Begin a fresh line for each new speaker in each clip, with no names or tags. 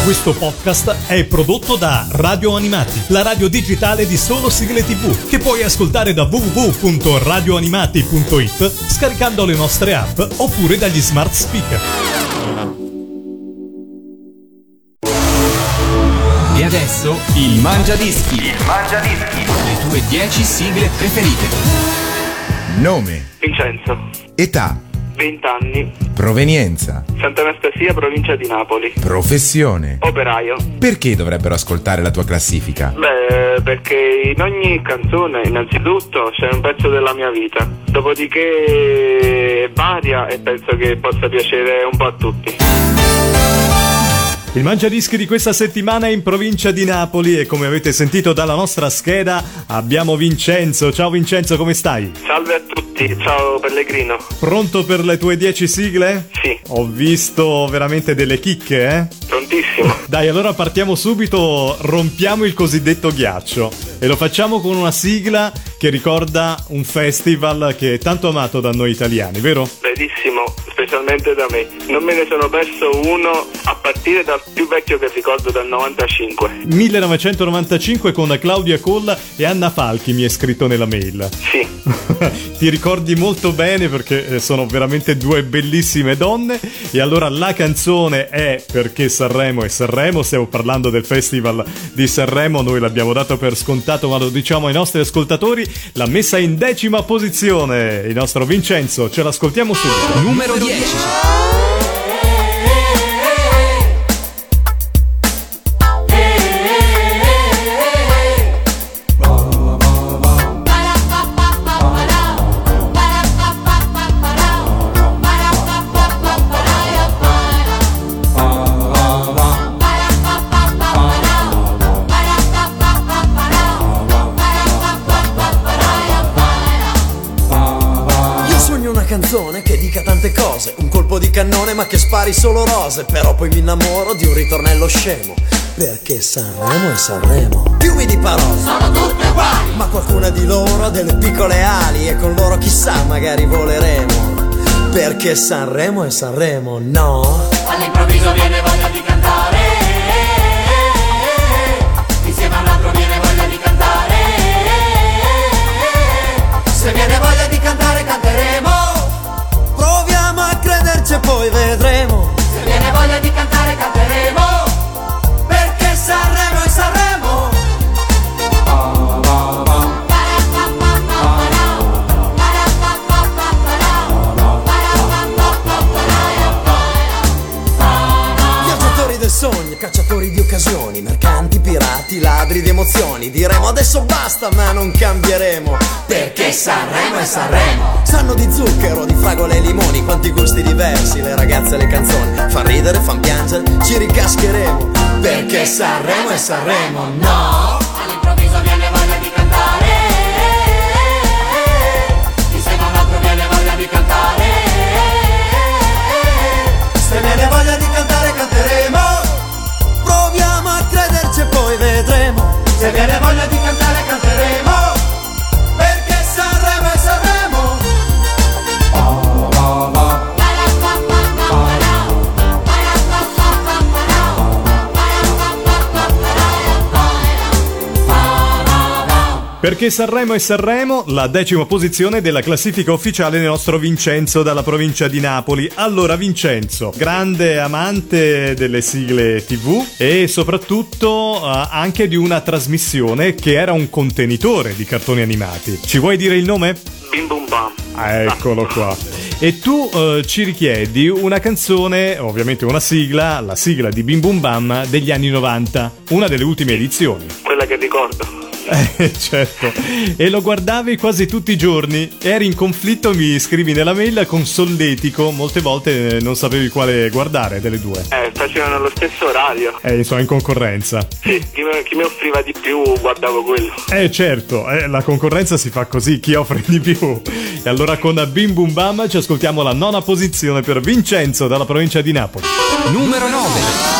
Questo podcast è prodotto da Radio Animati, la radio digitale di solo sigle TV, che puoi ascoltare da www.radioanimati.it scaricando le nostre app oppure dagli smart speaker.
E adesso il Mangiadischi. Le tue 10 sigle preferite.
Nome.
Vincenzo.
Età.
20 anni.
Provenienza.
Sant'Anastasia, provincia di Napoli.
Professione.
Operaio.
Perché dovrebbero ascoltare la tua classifica?
Beh, perché in ogni canzone innanzitutto c'è un pezzo della mia vita. Dopodiché è varia e penso che possa piacere un po' a tutti.
Il Mangiadischi di questa settimana è in provincia di Napoli e come avete sentito dalla nostra scheda abbiamo Vincenzo. Ciao Vincenzo, come stai?
Salve a tutti, ciao Pellegrino.
Pronto per le tue 10 sigle?
Sì.
Ho visto veramente delle chicche, eh?
Prontissimo.
Dai, allora partiamo subito, rompiamo il cosiddetto ghiaccio e lo facciamo con una sigla che ricorda un festival che è tanto amato da noi italiani, vero?
Verissimo, specialmente da me. Non me ne sono perso uno a partire dal più vecchio che ricordo, dal 95.
1995 con Claudia Colla e Anna Falchi, mi è scritto nella mail.
Sì.
Ti ricordi molto bene perché sono veramente due bellissime donne. E allora la canzone è Perché Sanremo è Sanremo. Stiamo parlando del festival di Sanremo, noi l'abbiamo dato per scontato, ma lo diciamo ai nostri ascoltatori. L'ha messa in 10ª posizione il nostro Vincenzo, ce l'ascoltiamo subito.
Numero 10.
Canzone che dica tante cose, un colpo di cannone ma che spari solo rose. Però poi mi innamoro di un ritornello scemo, perché Sanremo è Sanremo. Fiumi di parole sono tutte uguali, ma qualcuna di loro ha delle piccole ali e con loro chissà magari voleremo. Perché Sanremo è Sanremo, no?
All'improvviso viene voglia di cantare, insieme all'altro viene voglia di cantare. Se viene voglia di cantare canteremo,
proviamo a crederci e poi vedremo.
se viene voglia di cantare canteremo, perché Sanremo è Sanremo.
Viaggiatori del sogno, cacciatori di occasioni, mercanti, pirati, ladri di emozioni. Diremo adesso basta ma non cambieremo, perché Sanremo è Sanremo. Sanno di zucchero, di fragole e limoni, quanti gusti diversi, le ragazze e le canzoni. Fan ridere, fan piangere, ci ricascheremo, perché Sanremo è Sanremo, no?
All'improvviso viene voglia di cantare, insieme all'altro viene voglia di cantare.
Se viene voglia di cantare canteremo, proviamo a crederci e poi vedremo.
Se viene voglia di cantare canteremo,
Perché Sanremo è Sanremo.
Perché Sanremo è Sanremo, la 10ª posizione della classifica ufficiale del nostro Vincenzo dalla provincia di Napoli. Allora Vincenzo, grande amante delle sigle TV e soprattutto anche di una trasmissione che era un contenitore di cartoni animati. Ci vuoi dire il nome?
Bim bum bam.
Eccolo qua. E tu ci richiedi una canzone, ovviamente una sigla, la sigla di Bim Bum Bam degli anni 90, una delle ultime edizioni.
Quella che ricordo.
Certo, e lo guardavi quasi tutti i giorni, eri in conflitto, mi scrivi nella mail, con Solletico, molte volte non sapevi quale guardare delle due.
Facevano allo stesso orario.
Insomma, in concorrenza.
Sì, chi mi offriva di più guardavo quello.
Certo, la concorrenza si fa così, chi offre di più. E allora con Bim Bum Bam ci ascoltiamo la 9ª posizione per Vincenzo dalla provincia di Napoli.
Numero 9.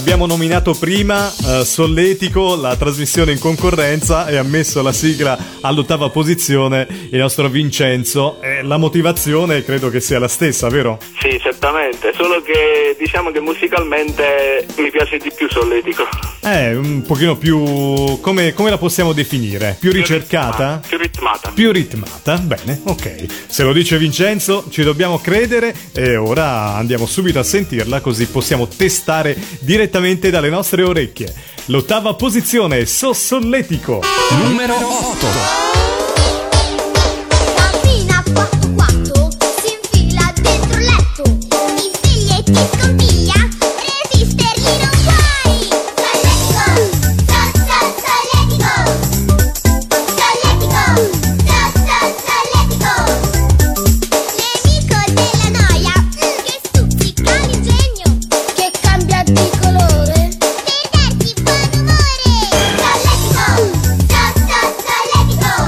abbiamo nominato prima Solletico, la trasmissione in concorrenza, e ha messo la sigla all'8ª posizione il nostro Vincenzo. La motivazione credo che sia la stessa, vero?
Sì, certamente, solo che diciamo che musicalmente mi piace di più Solletico.
Un pochino più... come la possiamo definire? Più ricercata? Più ritmata, bene, ok. Se lo dice Vincenzo ci dobbiamo credere, e ora andiamo subito a sentirla, così possiamo testare direttamente dalle nostre orecchie. L'8ª posizione, Solletico.
Numero 8.
Cammina 4-4, si infila dentro il letto, ti sveglia e ti sconfiglia, resistergli non puoi. Solletico, solletico, solletico, solletico. Nemico della noia, che stuzzica l'ingegno, che cambia di colore, per darti buon umore. Solletico, solletico,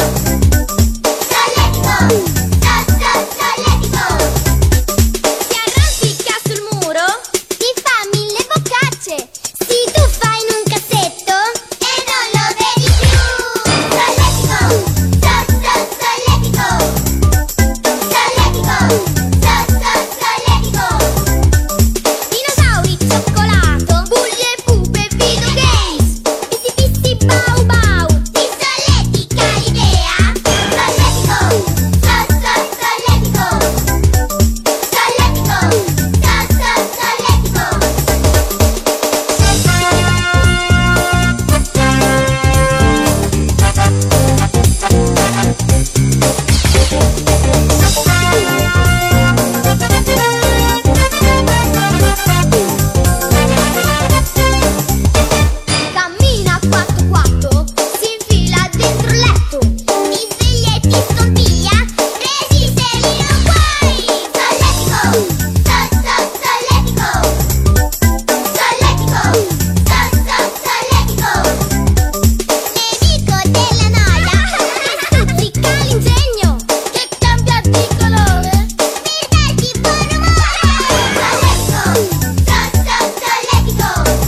solletico. Si arrampica sul muro, ti fa 1000 boccacce, si tuffa in un cassetto e non lo vedi più. Solletico, solletico, solletico. Dinosauri, cioccolato, bulli e pupe e videogames, fissi bau bau, ti solletica l'idea. Solletico, solletico, cammina 4-4, si infila dentro il letto, ti sveglia e ti sconfiglia, resistergli non puoi. Solletico, solletico, solletico. Nemico della noia, che stuzzica l'ingegno, che cambia di colore, per darti buon umore. Solletico, solletico,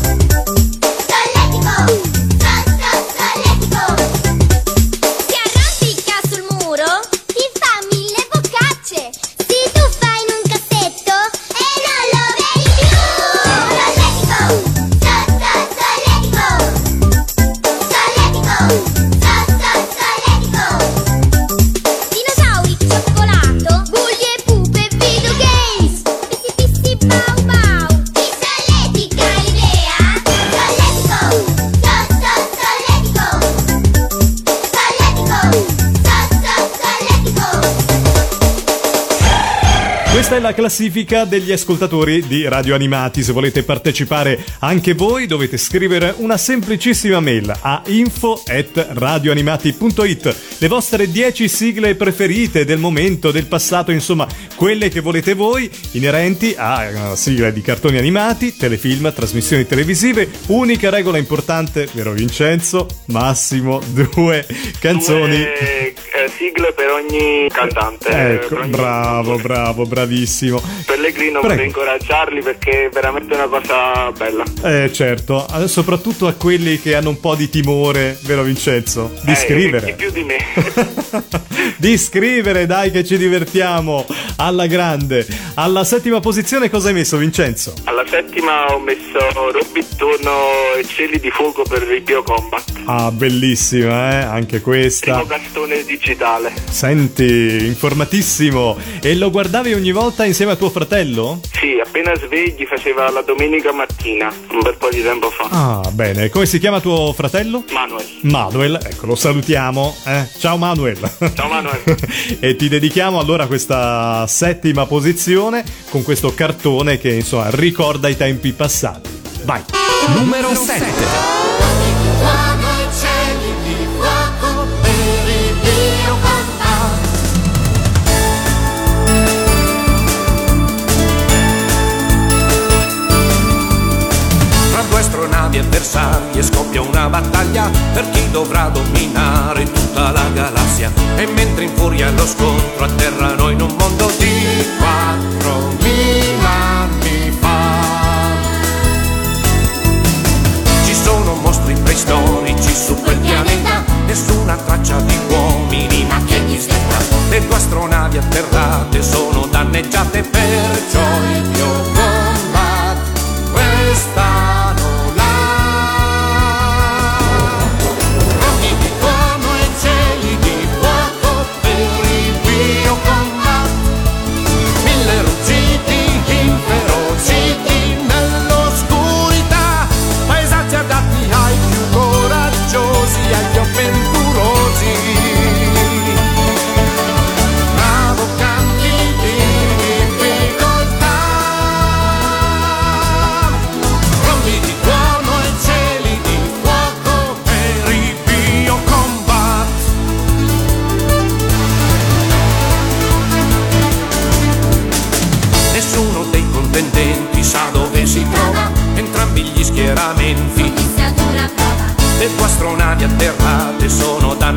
solletico. Si arrampica sul muro, ti fa 1000 boccacce, si tuffa in un cassetto e non lo vedi più. Solletico, solletico. Dinosauri, cioccolato, bulli e pupe e videogames, fissi bau bau, ti solletica l'idea. Solletico, solletico, solletico.
Questa è la classifica degli ascoltatori di Radio Animati. Se volete partecipare anche voi dovete scrivere una semplicissima mail a info@radioanimati.it. Le vostre 10 sigle preferite del momento, del passato, insomma quelle che volete voi, inerenti a sigle di cartoni animati, telefilm, trasmissioni televisive. Unica regola importante, vero Vincenzo? Massimo 2 canzoni.
2 sigle per ogni cantante.
Ecco,
per ogni
bravo, bravissimo.
Pellegrino,
Prego.
vorrei incoraggiarli perché è veramente una cosa bella.
Certo, soprattutto a quelli che hanno un po' di timore, vero Vincenzo? Di
Di
scrivere.
più di me.
Di scrivere, dai che ci divertiamo alla grande. Alla 7ª posizione cosa hai messo, Vincenzo?
Alla 7ª ho messo Robinson e Cieli di Fuoco per il Bio Combat.
Ah, bellissima, anche questa.
Primo cartone digitale.
Senti, informatissimo. E lo guardavi ogni volta insieme a tuo fratello?
Sì, appena svegli faceva la domenica mattina, un bel po' di tempo fa.
Ah, bene. Come si chiama tuo fratello? Manuel, ecco, lo salutiamo. Ciao Manuel.
Ciao Manuel.
E ti dedichiamo allora questa 7ª posizione con questo cartone che insomma ricorda i tempi passati. Vai.
Numero 7.
Astronave avversarie scoppia una battaglia per chi dovrà dominare tutta la galassia, e mentre in furia lo scontro atterrano in un mondo di 4.000 anni fa.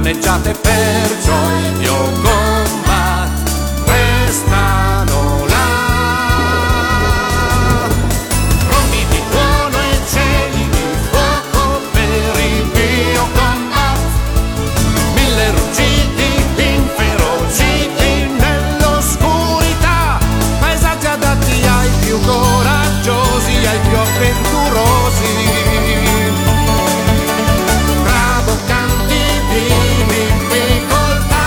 danneggiate, perciò il mio combat restano là. Rombi di tuono e cieli di fuoco per il mio combat, 1000 ruggiti inferociti nell'oscurità, paesaggi adatti ai più coraggiosi, ai più avventurosi, traboccanti di difficoltà,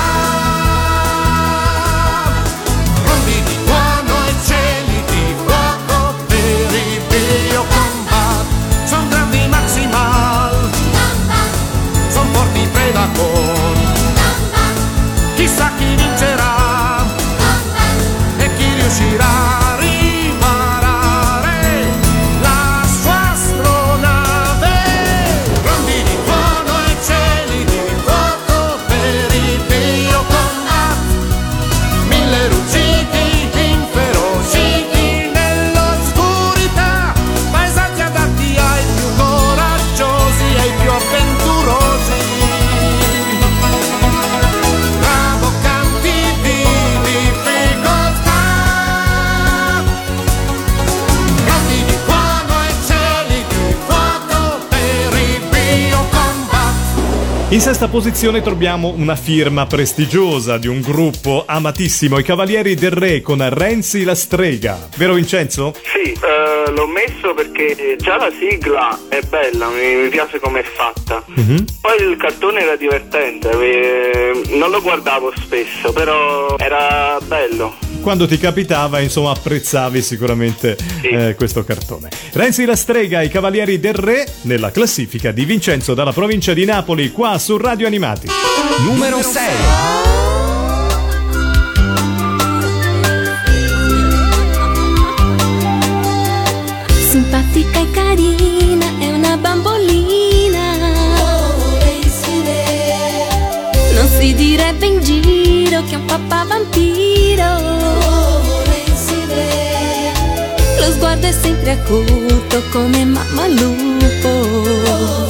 rombi di tuono e cieli di fuoco per il mio combat. Son grandi maximal, son forti predacon, chissà chi vincerà e chi riuscirà a riparare la sua astronave. Rombi di tuono e cieli di fuoco per il mio combat, 1000 ruggiti inferociti nell'oscurità, paesaggi adatti ai più coraggiosi, ai più avventurosi, traboccanti di difficoltà, rombi di tuono e cieli di fuoco per il mio combat.
In sesta posizione troviamo una firma prestigiosa di un gruppo amatissimo, i Cavalieri del Re, con Renzi la Strega. Vero Vincenzo?
Sì, l'ho messo perché già la sigla è bella, mi piace come è fatta. Poi il cartone era divertente, non lo guardavo spesso, però era bello.
Quando ti capitava, insomma, apprezzavi sicuramente questo cartone. Renzi la Strega, i Cavalieri del Re, nella classifica di Vincenzo dalla provincia di Napoli, qua su Radio Animati.
Numero 6.
Simpatica e carina, è una bambolina. Non si direbbe in giro che è un papà vampiro. Lo sguardo è sempre acuto come mamma lupo.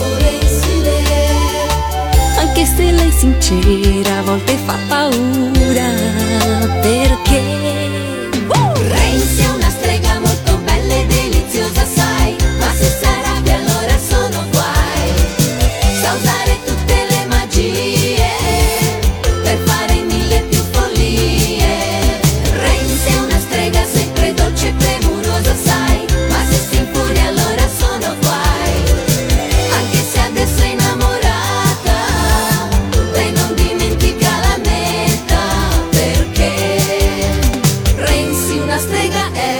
Anche se lei è sincera, a volte fa paura. Perché
Renzi è una strega molto bella e deliziosa, sai, ma se si arrabbia allora sono guai. Sa usare tutte le magie per fare 1000 più follie. Renzi è una strega sempre dolce e premurosa, sai, ma se si infuria allora sono guai. Anche se adesso è innamorata, lei non dimentica la meta, perché Renzi una strega è.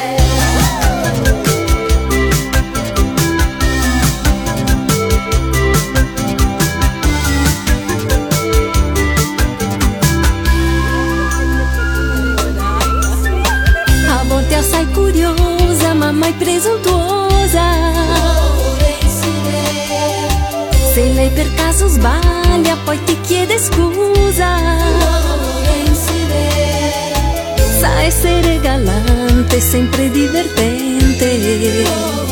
a volte assai curiosa ma mai presuntuosa. Se lei per caso sbaglia poi ti chiede scusa. Sa essere galante, sempre divertente.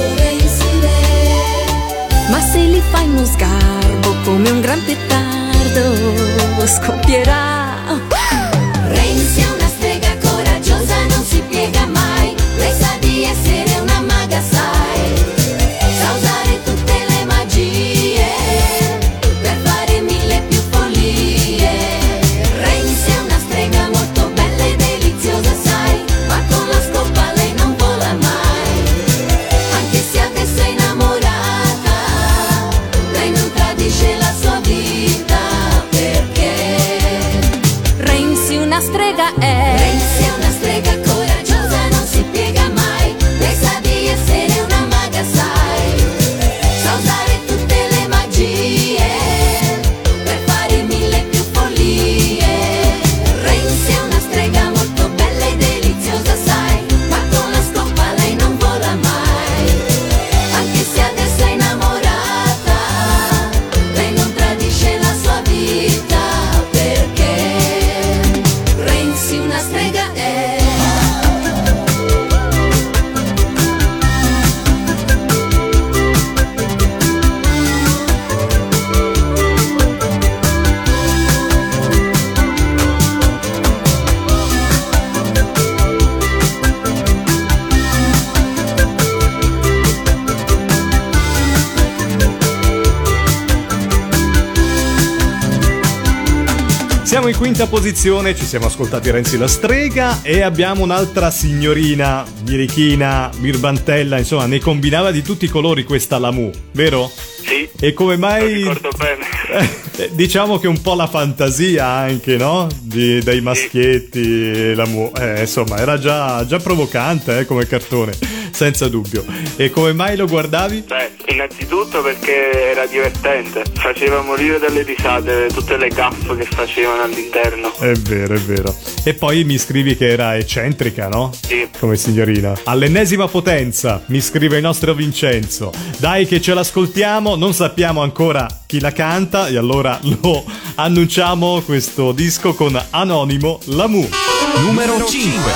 Ma se li fai uno sgarbo come un gran petardo, scoppierà.
Renzi è una strega coraggiosa, non si piega mai. Lei sa di essere una maga, sai. Sa usare tutte le magie per fare 1000 più follie. Renzi è una strega molto bella e deliziosa, sai, ma con la scopa lei non vola mai. Anche se adesso è innamorata, lei non tradisce la sua vita, perché
Renzi una strega è.
Renzi è una strega coraggiosa, non si piega mai. Lei sa di essere una maga, sai. Sa usare tutte le magie per fare 1000 più follie. Renzi è una strega molto bella e deliziosa, sai, ma con la scopa lei non vola mai. Anche se adesso è innamorata, lei non tradisce la sua vita, perché Renzi una strega è.
quinta posizione ci siamo ascoltati Renzi la strega e abbiamo un'altra signorina birichina, birbantella, insomma ne combinava di tutti i colori questa Lamu, vero?
Sì.
E come mai?
Lo ricordo bene.
Diciamo che un po' la fantasia anche, no? Dei maschietti, Lamu, insomma era già provocante come cartone, senza dubbio. E come mai lo guardavi?
Beh, innanzitutto perché era divertente, faceva morire dalle risate tutte le gaffe che facevano all'interno.
È vero, è vero. E poi mi scrivi che era eccentrica, no?
Sì.
Come signorina. All'ennesima potenza, mi scrive il nostro Vincenzo. Dai che ce l'ascoltiamo, non sappiamo ancora chi la canta e allora lo annunciamo questo disco con Anonimo, Lamu.
Numero 5.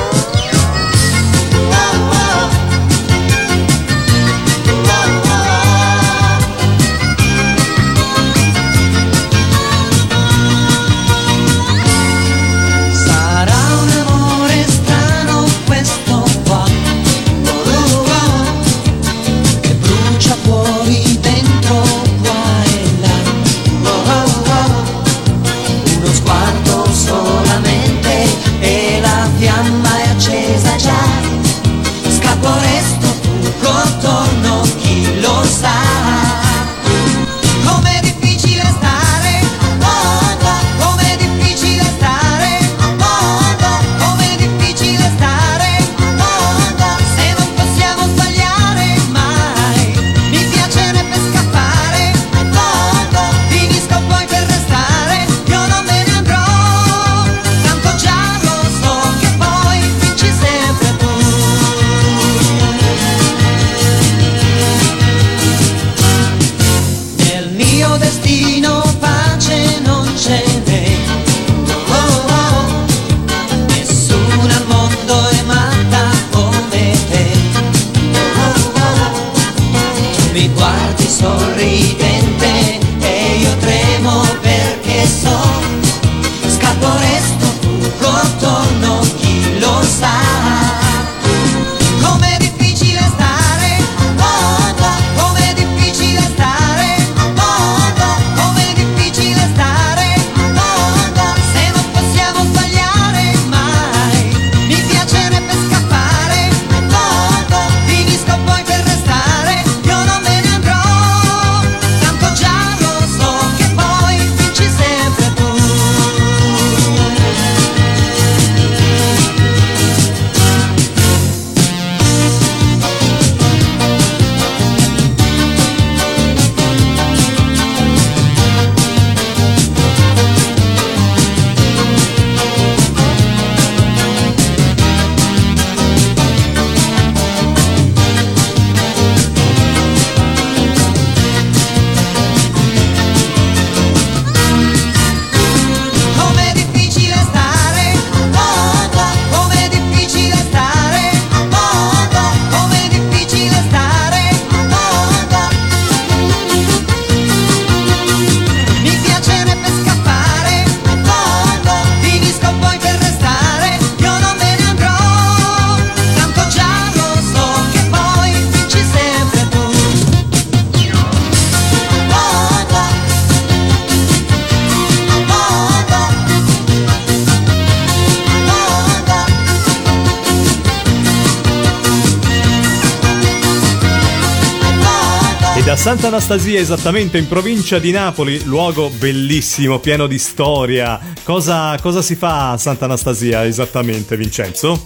Da Santa Anastasia, esattamente in provincia di Napoli, luogo bellissimo, pieno di storia. Cosa si fa a Santa Anastasia esattamente, Vincenzo?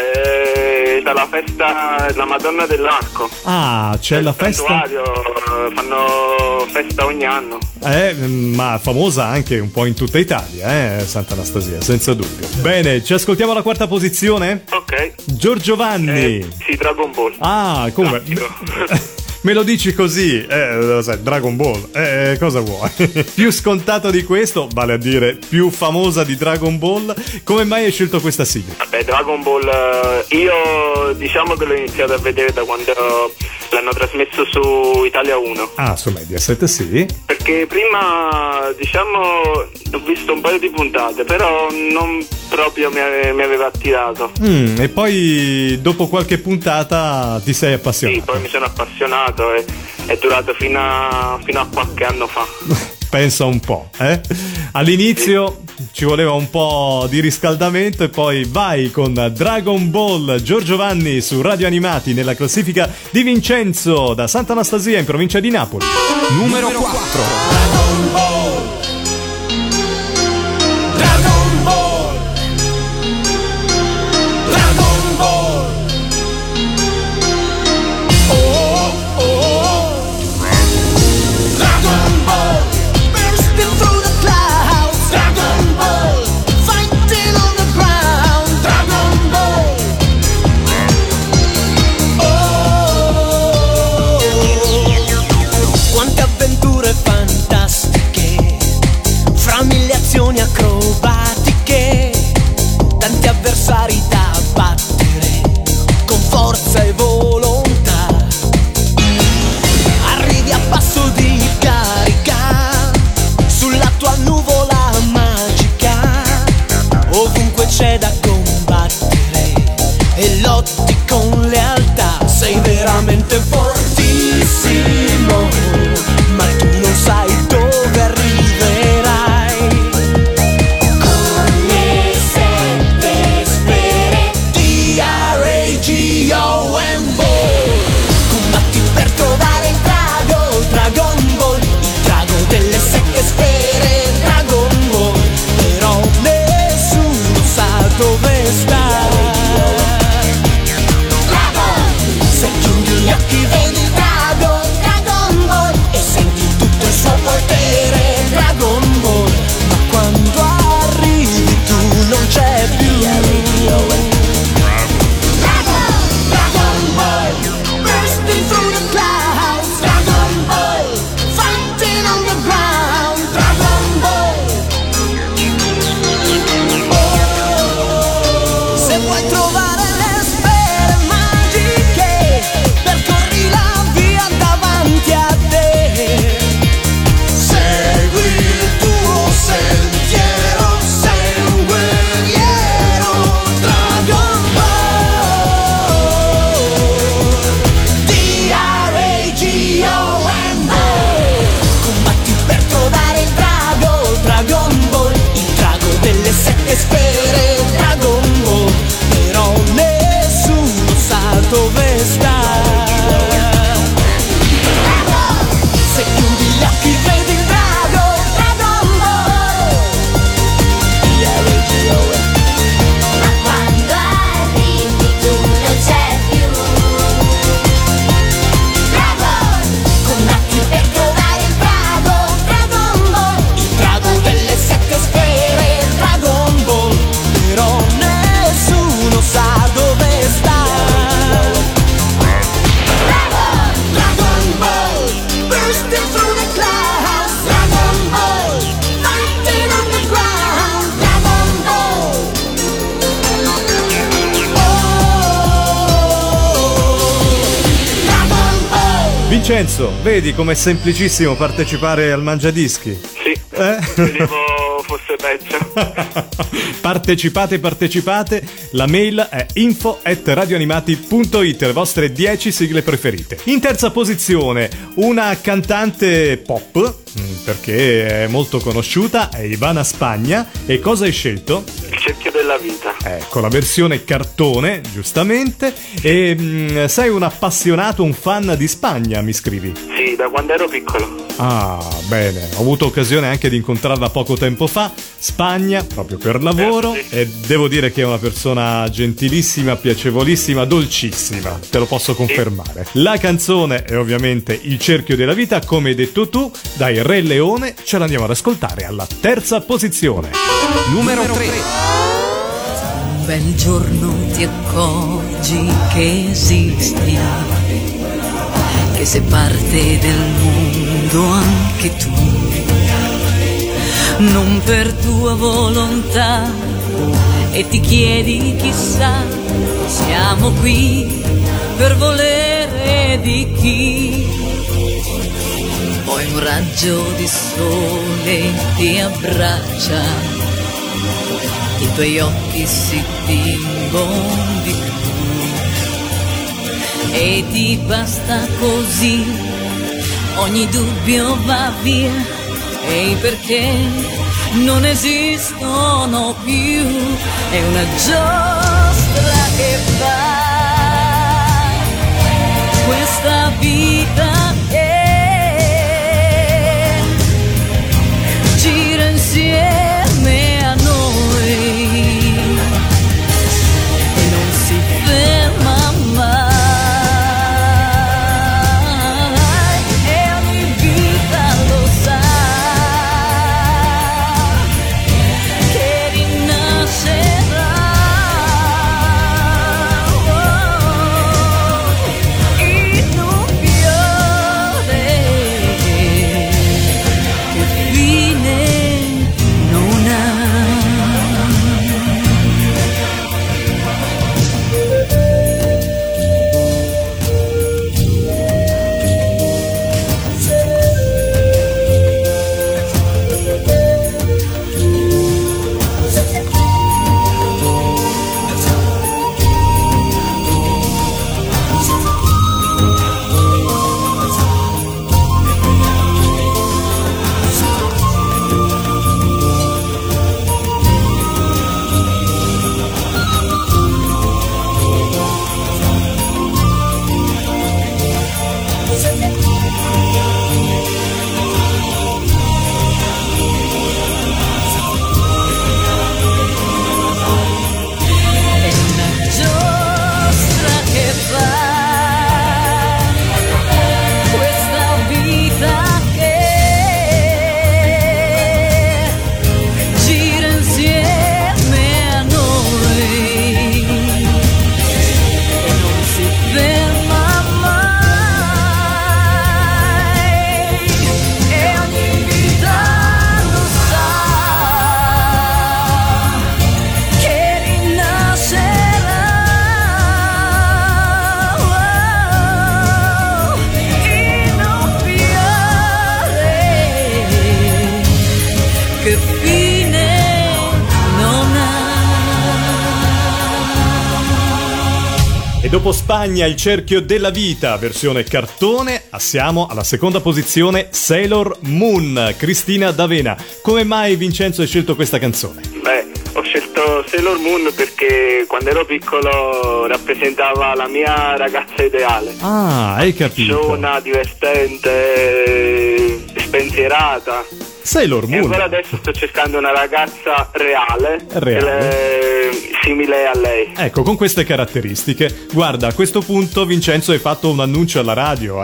Vabbè, dalla festa della Madonna dell'Arco.
Ah, c'è la festa?
Fanno festa ogni anno.
Ma famosa anche un po' in tutta Italia, Santa Anastasia, senza dubbio. Bene, ci ascoltiamo alla quarta posizione?
Ok.
Giorgio Vanni.
Sì, Dragon Ball.
Ah, come? Me lo dici così, sai, Dragon Ball, cosa vuoi? Più scontato di questo, vale a dire più famosa di Dragon Ball. Come mai hai scelto questa sigla?
Vabbè, Dragon Ball, io diciamo che l'ho iniziato a vedere da quando l'hanno trasmesso su Italia 1.
Ah, su Mediaset, sì.
Perché prima, diciamo, ho visto un paio di puntate, però non proprio mi aveva attirato.
E poi dopo qualche puntata ti sei appassionato?
Sì, poi mi sono appassionato e è durato fino a qualche anno fa.
Pensa un po', eh? All'inizio ci voleva un po' di riscaldamento e poi vai con Dragon Ball Giorgio Vanni su Radio Animati nella classifica di Vincenzo da Sant'Anastasia in provincia di Napoli.
Numero 4.
Dragon Ball. Dragon Ball. Dragon Ball. Oh, oh, oh. Dragon Ball. Bursting through the clouds. Dragon Ball. Fighting on the ground. Dragon Ball. Oh. Quante avventure fantastiche, fra mille azioni acrobatiche, tanti avversari da battere con forza e volontà. Arrivi a passo di carica sulla tua nuvola magica, ovunque c'è da combattere e lotti con lealtà. Sei veramente fortissimo, ma tu non sai dove arriverai. Con le sette sfere D-R-A-G-O-N-Ball. Combatti per trovare il drago, Dragon Ball, il drago delle sette sfere, Dragon Ball. Però nessuno sa dove sta. Se chiudi gli occhi vedi il drago, Dragon Ball, e senti tutto il suo potere, Dragon Ball. Ma quando arrivi tu non c'è più. Dragon Ball, bursting through the clouds. Dragon Ball, fighting on the ground. Dragon Ball. Oh, se vuoi trovare le sfere magiche, percorri la via davanti a te. Segui il tuo sentiero, sei un guerriero, Dragon Ball. D-R-A-G-O-N-Ball. Combatti per trovare il drago, Dragon Ball, il drago delle sette sfere, Dragon Ball. Però nessuno sa dove sta. Se chiudi gli occhi vedi il drago, Dragon Ball.
Ma quando arrivi tu non c'è più. Dragon, combatti per trovare il drago, Dragon Ball,
Il drago delle sette sfere, Dragon Ball. Però nessuno sa dove sta. Dragon Ball, bursting through the clouds. Dragon Ball, fighting on the ground. Dragon Ball. Oh, Dragon Ball.
Vincenzo, vedi com'è semplicissimo partecipare al Mangiadischi?
Sì, credevo fosse peggio.
Partecipate, la mail è info@radioanimati.it, le vostre 10 sigle preferite. In terza posizione, una cantante pop, perché è molto conosciuta, è Ivana Spagna. E cosa hai scelto?
Il cerchio della vita.
Ecco, la versione cartone, giustamente. E sei un appassionato, un fan di Spagna, mi scrivi?
Sì, da quando ero piccolo.
Ah, bene, ho avuto occasione anche di incontrarla poco tempo fa, Spagna, proprio per lavoro,
sì.
e devo dire che è una persona gentilissima, piacevolissima, dolcissima, te lo posso confermare. La canzone è ovviamente Il cerchio della vita, come hai detto tu, dai Re Leone, ce l'andiamo ad ascoltare alla terza posizione.
Numero 3.
Un bel giorno ti accorgi che esisti, che sei parte del mondo anche tu, non per tua volontà, e ti chiedi chissà, siamo qui per volere di chi. Poi un raggio di sole ti abbraccia, i tuoi occhi si tingono di blu, e ti basta così, ogni dubbio va via, e perché non esistono più, è una giostra che fa questa vita che gira insieme a noi e non si ferma mai.
Dopo Spagna, Il cerchio della vita, versione cartone, passiamo alla seconda posizione, Sailor Moon, Cristina D'Avena. Come mai Vincenzo hai scelto questa canzone?
Ho scelto Sailor Moon perché quando ero piccolo rappresentava la mia ragazza ideale.
Ah, hai capito.
Giovane, divertente, spensierata.
Sailor Moon.
E ancora adesso sto cercando una ragazza reale. Simile a lei.
Ecco, con queste caratteristiche. Guarda, a questo punto Vincenzo hai fatto un annuncio alla radio,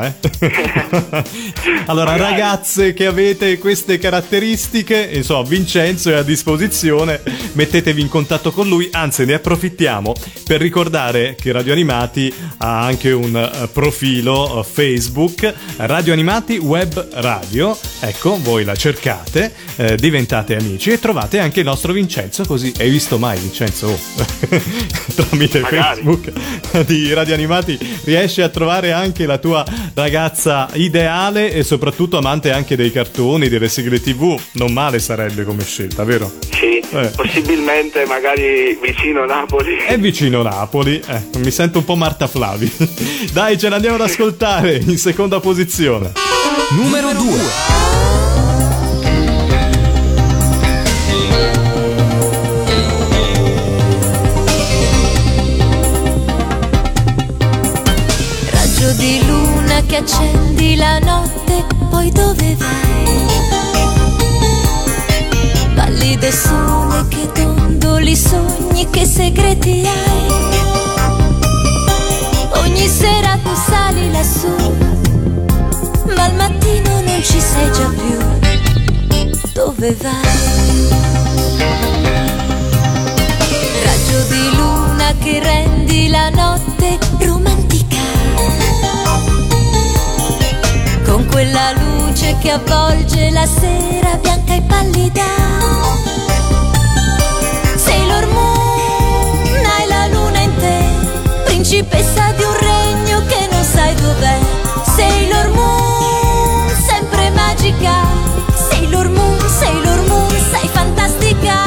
Allora, ragazze che avete queste caratteristiche, insomma, Vincenzo è a disposizione, mettetevi in contatto con lui, anzi ne approfittiamo per ricordare che Radio Animati ha anche un profilo Facebook, Radio Animati Web Radio, ecco, voi la cercate, diventate amici e trovate anche il nostro Vincenzo, così hai visto mai Vincenzo? Tramite
magari.
Facebook di Radio Animati riesci a trovare anche la tua ragazza ideale e soprattutto amante anche dei cartoni, delle sigle TV. Non male sarebbe come scelta, vero?
Sì, possibilmente magari vicino Napoli.
È vicino Napoli, mi sento un po' Marta Flavi. Dai, ce l'andiamo ad ascoltare in seconda posizione.
Numero 2.
Di luna che accendi la notte, poi dove vai? Pallido sole che dondoli sogni, che segreti hai? Ogni sera tu sali lassù, ma al mattino non ci sei già più. Dove vai? Raggio di luna che rendi la notte romantica, con quella luce che avvolge la sera bianca e pallida. Sailor Moon, hai la luna in te, principessa di un regno che non sai dov'è. Sailor Moon, sempre magica. Sailor Moon, sei fantastica.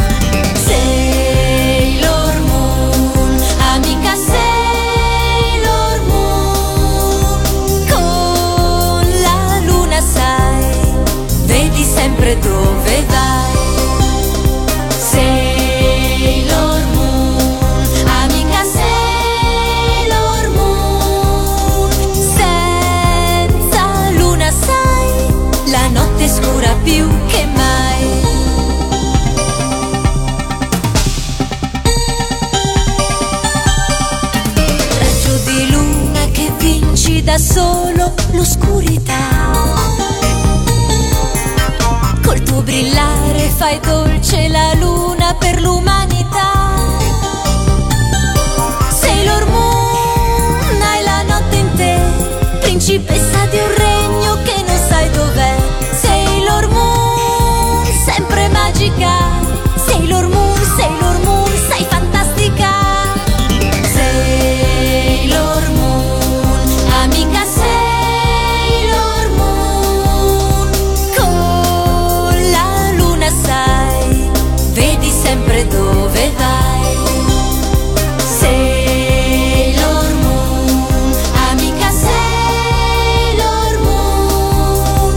Sailor Moon, amica Sailor Moon, con la luna sai, vedi sempre
solo l'oscurità. Col tuo brillare fai dolce la luna per l'umanità. Sailor Moon, hai la notte in te, principessa di un regno che non sai dov'è. Sailor Moon, sempre magica. Sailor Moon, sei fantastica. Sailor Moon, amica Sailor Moon, con la luna sai, vedi sempre dove vai. Sailor Moon, amica Sailor Moon,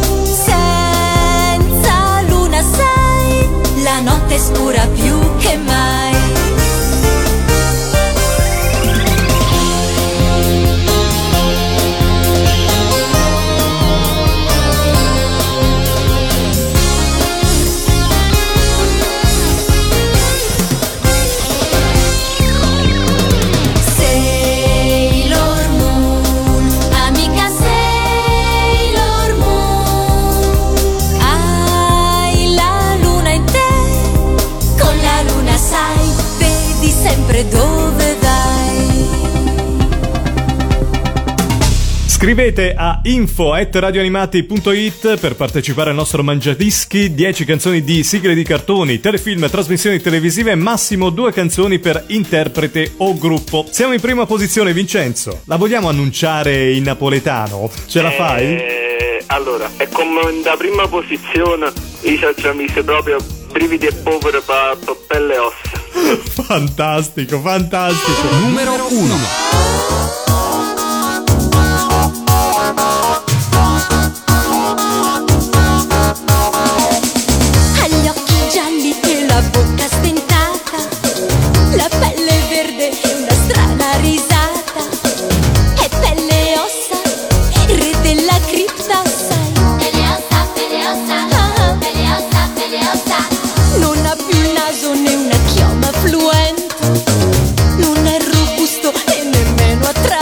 senza luna sai, la notte è scura più che mai. Sailor Moon, amica Sailor Moon, hai la luna in te, con la luna sai, vedi sempre dove vai.
Scrivete a info@radioanimati.it per partecipare al nostro Mangiadischi. 10 canzoni di sigle di cartoni, telefilm, trasmissioni televisive, massimo 2 canzoni per interprete o gruppo. Siamo in prima posizione, Vincenzo. La vogliamo annunciare in napoletano? Ce la fai?
Allora, è come da prima posizione io ci ho messo proprio brividi e povere per pelle e ossa.
Fantastico, fantastico.
Numero 1.
Ha gli occhi gialli e la bocca stentata, la pelle verde e una strana risata, è pelle e ossa, il re della cripta sai.
Pelle ossa, pelle ossa.
Non ha più il naso né una chioma fluente, non è robusto e nemmeno attraente.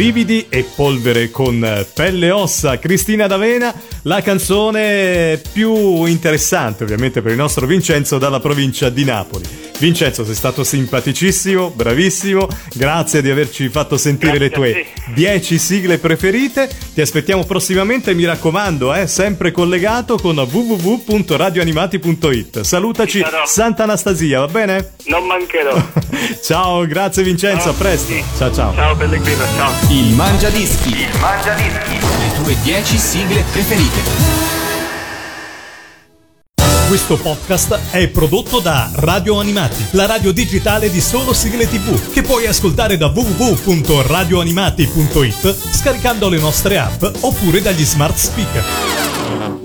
Brividi e polvere con pelle e ossa, Cristina D'Avena, la canzone più interessante ovviamente per il nostro Vincenzo dalla provincia di Napoli. Vincenzo, sei stato simpaticissimo, bravissimo, grazie di averci fatto sentire le tue 10 sigle preferite, ti aspettiamo prossimamente, mi raccomando, sempre collegato con www.radioanimati.it. Salutaci Santa Anastasia, va bene?
Non mancherò.
Ciao, grazie Vincenzo, a presto. Ciao ciao.
Ciao Pellegrino, ciao.
Il Mangiadischi. Le tue 10 sigle preferite.
Questo podcast è prodotto da Radio Animati, la radio digitale di solo sigle TV, che puoi ascoltare da www.radioanimati.it scaricando le nostre app oppure dagli smart speaker.